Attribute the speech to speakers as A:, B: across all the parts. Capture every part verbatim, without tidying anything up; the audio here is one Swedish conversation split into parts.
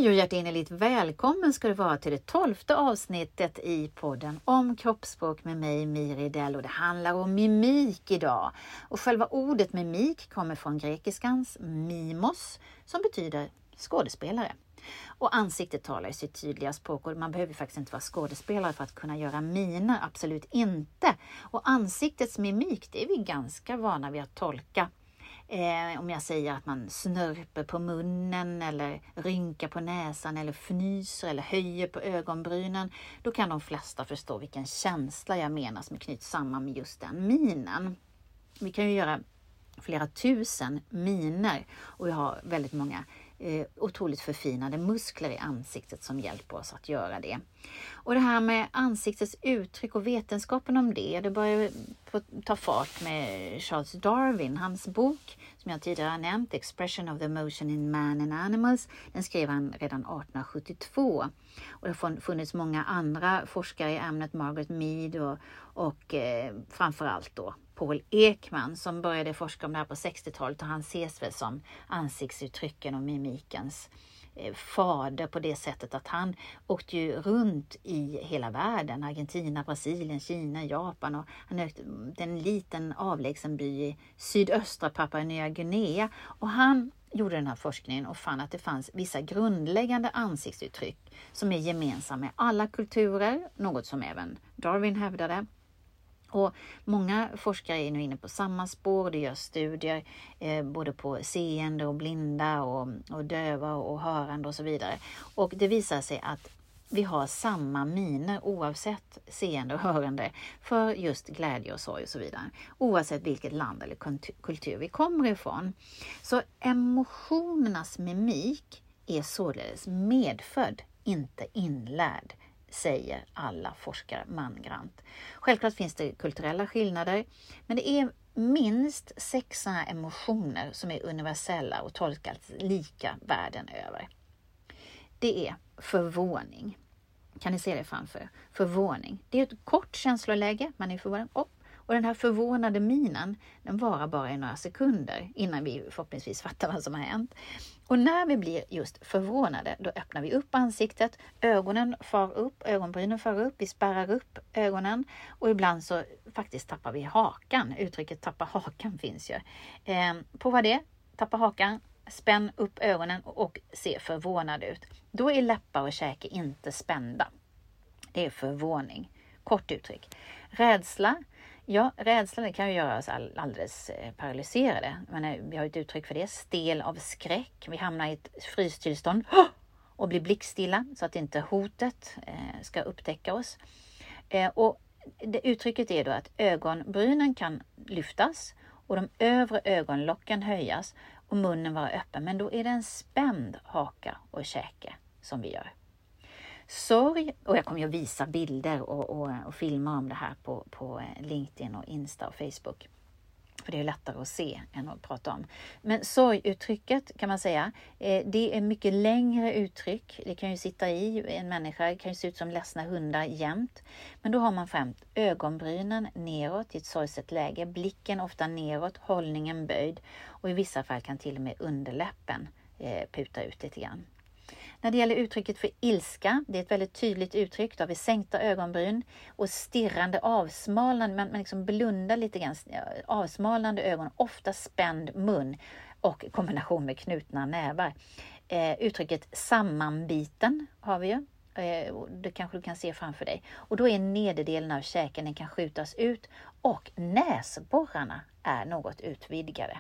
A: Hej och hjärtinnerligt välkommen ska du vara till det tolfte avsnittet i podden om kroppsspråk med mig, Miri Dell, och det handlar om mimik idag. Och själva ordet mimik kommer från grekiskans mimos som betyder skådespelare. Och ansiktet talar i sitt tydliga språk och man behöver faktiskt inte vara skådespelare för att kunna göra miner, absolut inte. Och ansiktets mimik, det är vi ganska vana vid att tolka. Eh, om jag säger att man snörper på munnen eller rynkar på näsan eller fnyser eller höjer på ögonbrynen, då kan de flesta förstå vilken känsla jag menar som är knytt samman med just den minen. Vi kan ju göra flera tusen miner och vi har väldigt många eh, otroligt förfinade muskler i ansiktet som hjälper oss att göra det. Och det här med ansiktets uttryck och vetenskapen om det, det börjar få ta fart med Charles Darwin. Hans bok som jag tidigare har nämnt, Expression of the Emotion in Man and Animals, den skrev han redan arton sjuttiotvå. Och det har funnits många andra forskare i ämnet, Margaret Mead och, och eh, framförallt då Paul Ekman som började forska om det här på sextiotalet, och han ses väl som ansiktsuttrycken och mimikens fader på det sättet att han åkte ju runt i hela världen, Argentina, Brasilien, Kina, Japan, och han åkte till en liten avlägsen by i sydöstra Papua Nya Guinea, och han gjorde den här forskningen och fann att det fanns vissa grundläggande ansiktsuttryck som är gemensamma med alla kulturer, något som även Darwin hävdade. Och många forskare är nu inne på samma spår, det görs studier eh, både på seende och blinda och, och döva och hörande och så vidare. Och det visar sig att vi har samma miner oavsett seende och hörande för just glädje och sorg och så vidare. Oavsett vilket land eller kultur vi kommer ifrån. Så emotionernas mimik är således medfödd, inte inlärd, säger alla forskare mangrant. Självklart finns det kulturella skillnader, men det är minst sex sådana emotioner som är universella och tolkas lika världen över. Det är förvåning. Kan ni se det framför? Förvåning. Det är ett kort känsloläge, man är förvånad. Och, och den här förvånade minen, den varar bara i några sekunder innan vi förhoppningsvis fattar vad som har hänt. Och när vi blir just förvånade, då öppnar vi upp ansiktet, ögonen far upp, ögonbrynen far upp, vi spärrar upp ögonen och ibland så faktiskt tappar vi hakan. Uttrycket tappa hakan finns ju. Eh, på vad det? Tappa hakan, spänn upp ögonen och se förvånad ut. Då är läppar och käke inte spända. Det är förvåning. Kort uttryck. Rädsla. Ja, rädsla det kan ju göra oss all, alldeles eh, paralyserade. Men, vi har ett uttryck för det. Stel av skräck. Vi hamnar i ett frystillstånd och blir blickstilla så att inte hotet eh, ska upptäcka oss. Eh, och det, uttrycket är då att ögonbrynen kan lyftas och de övre ögonlocken höjas och munnen vara öppen. Men då är det en spänd haka och käke som vi gör. Sorg, och jag kommer att visa bilder och, och, och filma om det här på, på LinkedIn och Insta och Facebook. För det är lättare att se än att prata om. Men sorguttrycket kan man säga, eh, det är mycket längre uttryck. Det kan ju sitta i en människa, det kan ju se ut som ledsna hundar jämt. Men då har man främst ögonbrynen neråt i ett sorgset läge, blicken ofta neråt, hållningen böjd. Och i vissa fall kan till och med underläppen eh, puta ut lite grann. När det gäller uttrycket för ilska, det är ett väldigt tydligt uttryck. Då har vi sänkta ögonbryn och stirrande avsmalnande, man, man liksom blundar lite grann, avsmalnande ögon, ofta spänd mun och kombination med knutna nävar. Eh, uttrycket sammanbiten har vi ju, eh, det kanske du kan se framför dig. Och då är nederdelen av käken, den kan skjutas ut och näsborrarna är något utvidgade.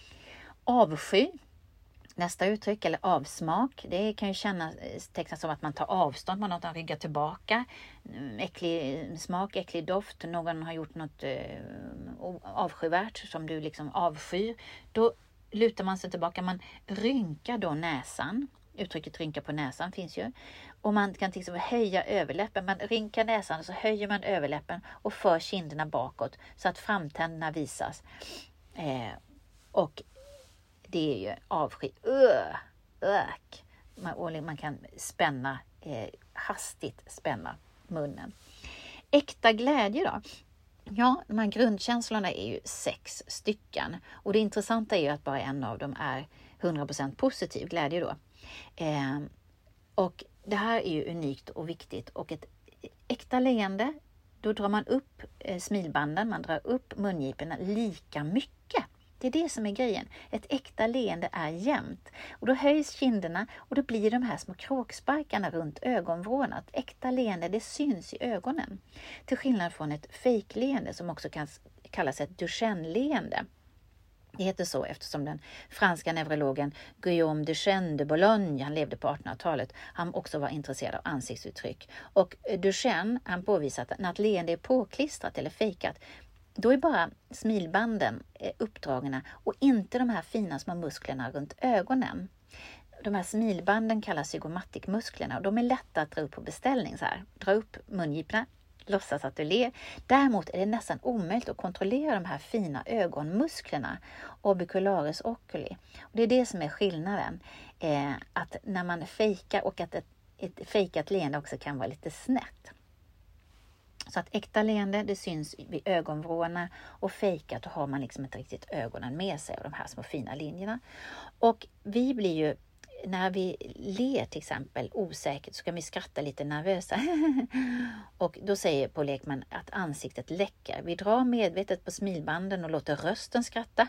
A: Avsky. Nästa uttryck, eller avsmak, det kan ju kännas, tecknas som att man tar avstånd, man har ryggat tillbaka. Äcklig smak, äcklig doft, någon har gjort något eh, avskyvärt som du liksom avskyr. Då lutar man sig tillbaka, man rynkar då näsan. Uttrycket rynka på näsan finns ju. Och man kan till exempel höja överläppen. Man rynkar näsan och så höjer man överläppen och för kinderna bakåt så att framtänderna visas. Eh, och det är ju avsky. Öh, ök. Man, man kan spänna, eh, hastigt spänna munnen. Äkta glädje då? Ja, de här grundkänslorna är ju sex stycken. Och det intressanta är ju att bara en av dem är hundra procent positiv glädje då. Eh, Och det här är ju unikt och viktigt. Och ett äkta leende, då drar man upp smilbanden, man drar upp mungiporna lika mycket. Det är det som är grejen. Ett äkta leende är jämnt. Och då höjs kinderna och då blir de här små kråksparkarna runt ögonvrårna. Ett äkta leende, det syns i ögonen. Till skillnad från ett fejkleende som också kan kallas ett Duchenne-leende. Det heter så eftersom den franska neurologen Guillaume Duchenne de Bologne, han levde på artonhundratalet, han också var intresserad av ansiktsuttryck. Och Duchenne, han påvisat att när ett leende är påklistrat eller fejkat, då är bara smilbanden uppdragna och inte de här fina små musklerna runt ögonen. De här smilbanden kallas zygomatikmusklerna och de är lätta att dra upp på beställning så här. Dra upp mungiporna, låtsas att du ler. Däremot är det nästan omöjligt att kontrollera de här fina ögonmusklerna, orbicularis oculi. Och det är det som är skillnaden. Eh, att när man fejkar och att ett, ett fejkat leende också kan vara lite snett. Så att äkta leende, det syns vid ögonvrårna, och fejkat, då har man liksom inte riktigt ögonen med sig och de här små fina linjerna. Och vi blir ju, när vi ler till exempel osäkert, så kan vi skratta lite nervösa. Och då säger Paul Ekman att ansiktet läcker. Vi drar medvetet på smilbanden och låter rösten skratta.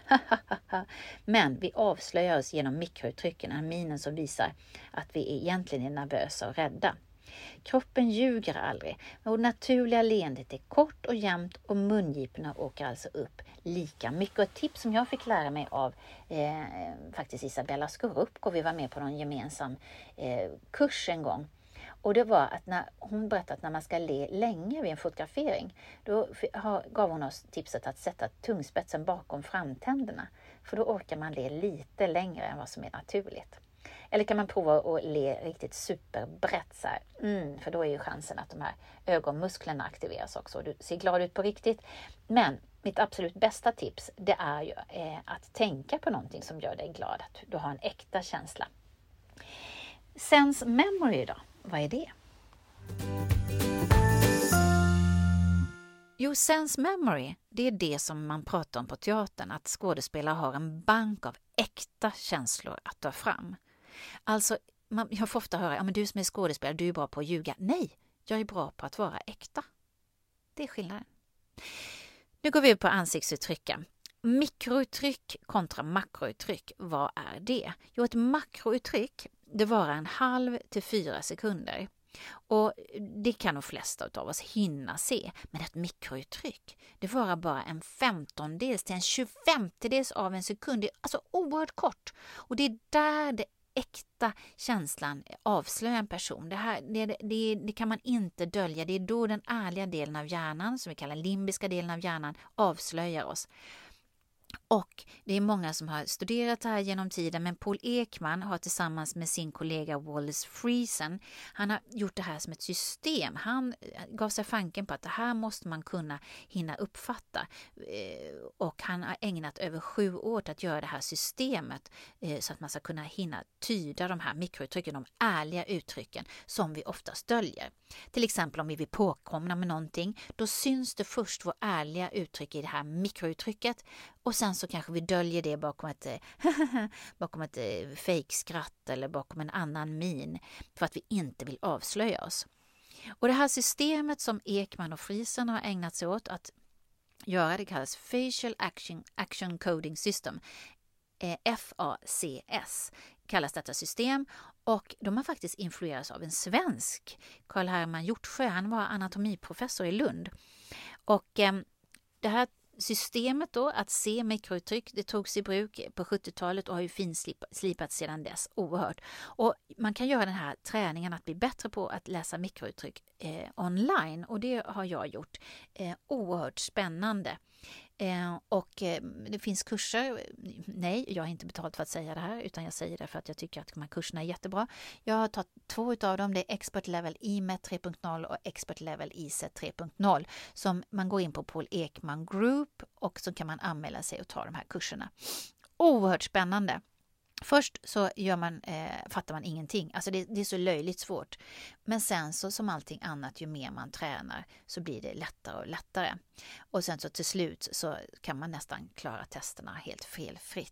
A: Men vi avslöjar oss genom mikrouttrycken, minen som visar att vi egentligen är nervösa och rädda. Kroppen ljuger aldrig, och naturliga leendet är kort och jämnt och mungiporna åker alltså upp lika mycket. Och ett tips som jag fick lära mig av eh, faktiskt Isabella Skorupko, vi var med på någon gemensam eh, kurs en gång. Och det var att när hon berättade att när man ska le länge vid en fotografering, då gav hon oss tipset att sätta tungspetsen bakom framtänderna. För då orkar man le lite längre än vad som är naturligt. Eller kan man prova att le riktigt superbrett så här. Mm, för då är ju chansen att de här ögonmusklerna aktiveras också. Och du ser glad ut på riktigt. Men mitt absolut bästa tips, det är ju eh, att tänka på någonting som gör dig glad. Att du har en äkta känsla. Sense memory då? Vad är det? Jo, sense memory, det är det som man pratar om på teatern. Att skådespelare har en bank av äkta känslor att ta fram. Alltså, man, jag får ofta höra, ja men du som är skådespelare, du är bra på att ljuga. Nej, jag är bra på att vara äkta. Det är skillnaden. Nu går vi på ansiktsuttrycken. Mikrouttryck kontra makrouttryck, vad är det? Jo, ett makrouttryck, det varar en halv till fyra sekunder. Och det kan de flesta av oss hinna se. Men ett mikrouttryck, det varar bara en femtondels till en tjugofemtedels av en sekund. Det är alltså oerhört kort. Och det är där det äkta känslan avslöjar en person. Det, här, det, det, det kan man inte dölja. Det är då den ärliga delen av hjärnan, som vi kallar den limbiska delen av hjärnan, avslöjar oss. Och det är många som har studerat det här genom tiden, men Paul Ekman har tillsammans med sin kollega Wallace Friesen, han har gjort det här som ett system. Han gav sig fanken på att det här måste man kunna hinna uppfatta, och han har ägnat över sju år till att göra det här systemet så att man ska kunna hinna tyda de här mikrouttrycken, de ärliga uttrycken som vi oftast döljer. Till exempel om vi vill påkomna med någonting, då syns det först vår ärliga uttryck i det här mikrouttrycket, och sen så kanske vi döljer det bakom ett, bakom ett fejkskratt eller bakom en annan min, för att vi inte vill avslöja oss. Och det här systemet som Ekman och Friesen har ägnat sig åt att göra, det kallas Facial Action, Action Coding System, F A C S kallas detta system, och de har faktiskt influerats av en svensk, Karl Hermann Hjortsjö. Han var anatomiprofessor i Lund, och eh, det här systemet då, att se mikrouttryck, det togs i bruk på sjuttiotalet och har ju finslipats sedan dess oerhört. Och man kan göra den här träningen att bli bättre på att läsa mikrouttryck eh, online, och det har jag gjort. Eh, oerhört spännande. Eh, och eh, det finns kurser. Nej, jag har inte betalt för att säga det här, utan jag säger det för att jag tycker att de här kurserna är jättebra. Jag har tagit två av dem. Det är Expert Level I M E T tre punkt noll och Expert Level I C E T tre punkt noll, som man går in på Paul Ekman Group, och så kan man anmäla sig och ta de här kurserna. Oerhört spännande. Först så gör man, eh, fattar man ingenting. Alltså det, det är så löjligt svårt. Men sen så som allting annat, ju mer man tränar så blir det lättare och lättare. Och sen så till slut så kan man nästan klara testerna helt felfritt.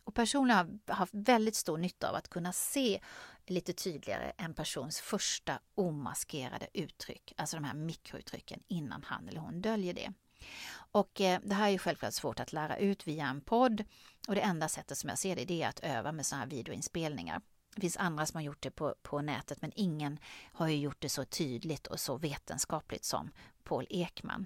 A: Och personligen har jag haft väldigt stor nytta av att kunna se lite tydligare en persons första omaskerade uttryck, alltså de här mikrouttrycken innan han eller hon döljer det. Och eh, det här är ju självklart svårt att lära ut via en podd, och det enda sättet som jag ser det, det är att öva med sådana här videoinspelningar. Det finns andra som har gjort det på, på nätet, men ingen har ju gjort det så tydligt och så vetenskapligt som Paul Ekman.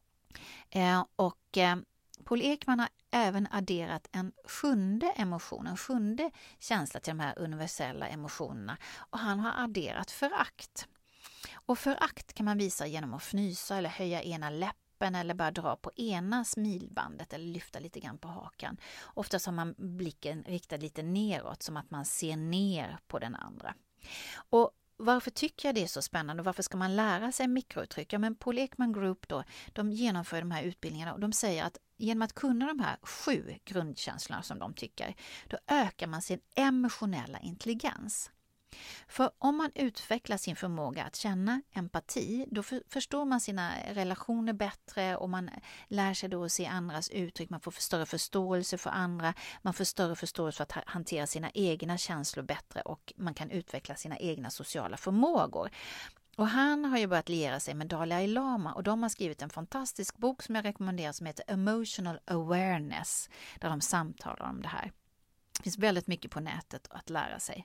A: Eh, och eh, Paul Ekman har även adderat en sjunde emotion, en sjunde känsla till de här universella emotionerna, och han har adderat förakt. Och förakt kan man visa genom att fnysa eller höja ena läppen eller bara dra på ena smilbandet eller lyfta lite grann på hakan. Oftast har man blicken riktad lite neråt, som att man ser ner på den andra. Och varför tycker jag det är så spännande och varför ska man lära sig mikrouttryck? Ja, men Paul Ekman Group då, de genomför de här utbildningarna och de säger att genom att kunna de här sju grundkänslorna som de tycker, då ökar man sin emotionella intelligens. För om man utvecklar sin förmåga att känna empati, då för, förstår man sina relationer bättre och man lär sig då att se andras uttryck, man får större förståelse för andra, man får större förståelse för att hantera sina egna känslor bättre och man kan utveckla sina egna sociala förmågor. Och han har ju börjat liera sig med Dalai Lama och de har skrivit en fantastisk bok som jag rekommenderar som heter Emotional Awareness, där de samtalar om det här. Det finns väldigt mycket på nätet att lära sig.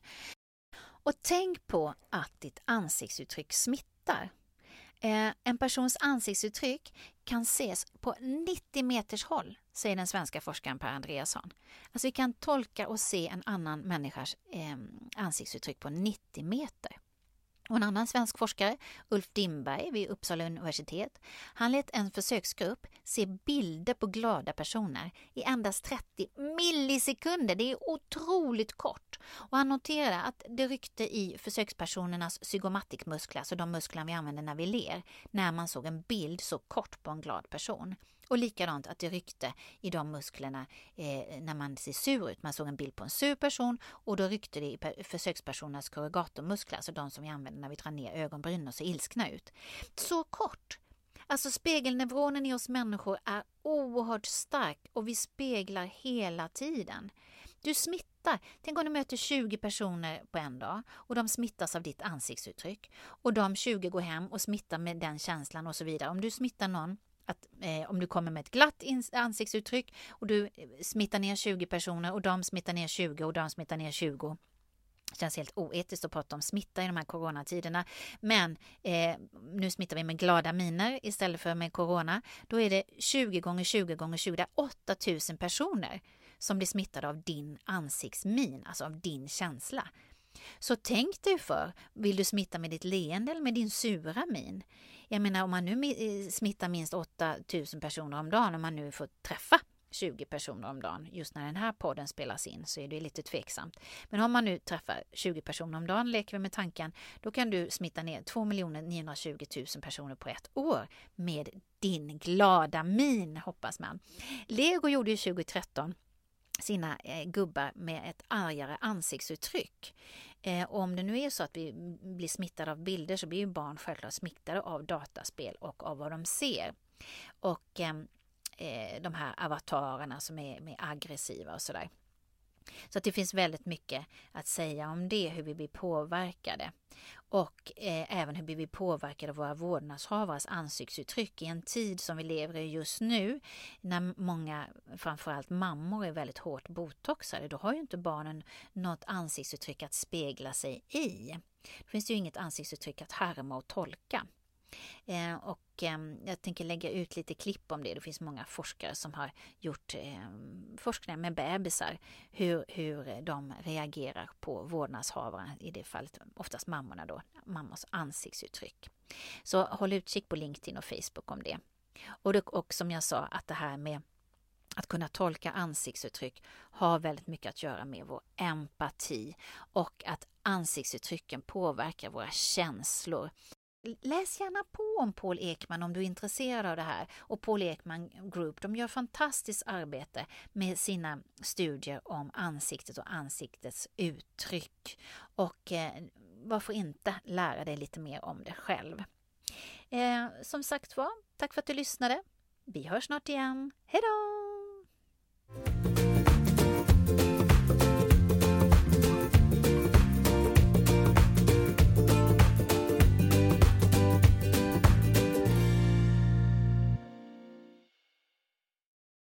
A: Och tänk på att ditt ansiktsuttryck smittar. Eh, en persons ansiktsuttryck kan ses på nittio meters håll, säger den svenska forskaren Per Andreasson. Alltså vi kan tolka och se en annan människas eh, ansiktsuttryck på nittio meter. Och en annan svensk forskare, Ulf Dimberg vid Uppsala universitet, han lät en försöksgrupp se bilder på glada personer i endast trettio millisekunder. Det är otroligt kort. Och han noterade att det ryckte i försökspersonernas zygomatikmuskler, alltså de muskler vi använder när vi ler, när man såg en bild så kort på en glad person. Och likadant att det ryckte i de musklerna eh, när man ser sur ut. Man såg en bild på en sur person och då ryckte det i försökspersonernas corrugatormuskler, alltså de som vi använder när vi drar ner ögonbrynen och ser ilskna ut. Så kort! Alltså spegelneuronen i oss människor är oerhört stark och vi speglar hela tiden. Du smittar. Tänk om du möter tjugo personer på en dag och de smittas av ditt ansiktsuttryck. Och de tjugo går hem och smittar med den känslan och så vidare. Om du smittar någon, att, eh, om du kommer med ett glatt ansiktsuttryck och du smittar ner tjugo personer och de smittar ner tjugo och de smittar ner tjugo. Det känns helt oetiskt att prata om smitta i de här coronatiderna. Men eh, nu smittar vi med glada miner istället för med corona. Då är det tjugo gånger tjugo gånger tjugo, det är åtta tusen personer som blir smittade av din ansiktsmin, alltså av din känsla. Så tänk dig för, vill du smitta med ditt leende eller med din sura min? Jag menar om man nu smittar minst åtta tusen personer om dagen, om man nu får träffa tjugo personer om dagen, just när den här podden spelas in så är det lite tveksamt. Men om man nu träffar tjugo personer om dagen, leker vi med tanken, då kan du smitta ner två miljoner niohundratjugo tusen personer på ett år med din glada min, hoppas man. Lego gjorde ju tjugo tretton sina eh, gubbar med ett argare ansiktsuttryck. Eh, och om det nu är så att vi blir smittade av bilder så blir ju barn självklart smittade av dataspel och av vad de ser. Och eh, de här avatarerna som är, är aggressiva och sådär. Så att det finns väldigt mycket att säga om det, hur vi blir påverkade. Och eh, även hur vi blir påverkade av våra vårdnadshavares ansiktsuttryck i en tid som vi lever i just nu. När många, framförallt mammor, är väldigt hårt botoxade. Då har ju inte barnen något ansiktsuttryck att spegla sig i. Det finns ju inget ansiktsuttryck att härma och tolka. Eh, och eh, jag tänker lägga ut lite klipp om det. Det finns många forskare som har gjort eh, forskning med bebisar, hur, hur de reagerar på vårdnadshavaren, i det fallet oftast mammorna då, mammors ansiktsuttryck. Så håll utkik på LinkedIn och Facebook om det. Och, det, och som jag sa, att det här med att kunna tolka ansiktsuttryck har väldigt mycket att göra med vår empati och att ansiktsuttrycken påverkar våra känslor. Läs gärna på om Paul Ekman om du är intresserad av det här. Och Paul Ekman Group, de gör fantastiskt arbete med sina studier om ansiktet och ansiktets uttryck. Och eh, varför inte lära dig lite mer om det själv. Eh, som sagt var, tack för att du lyssnade. Vi hörs snart igen. Hej då!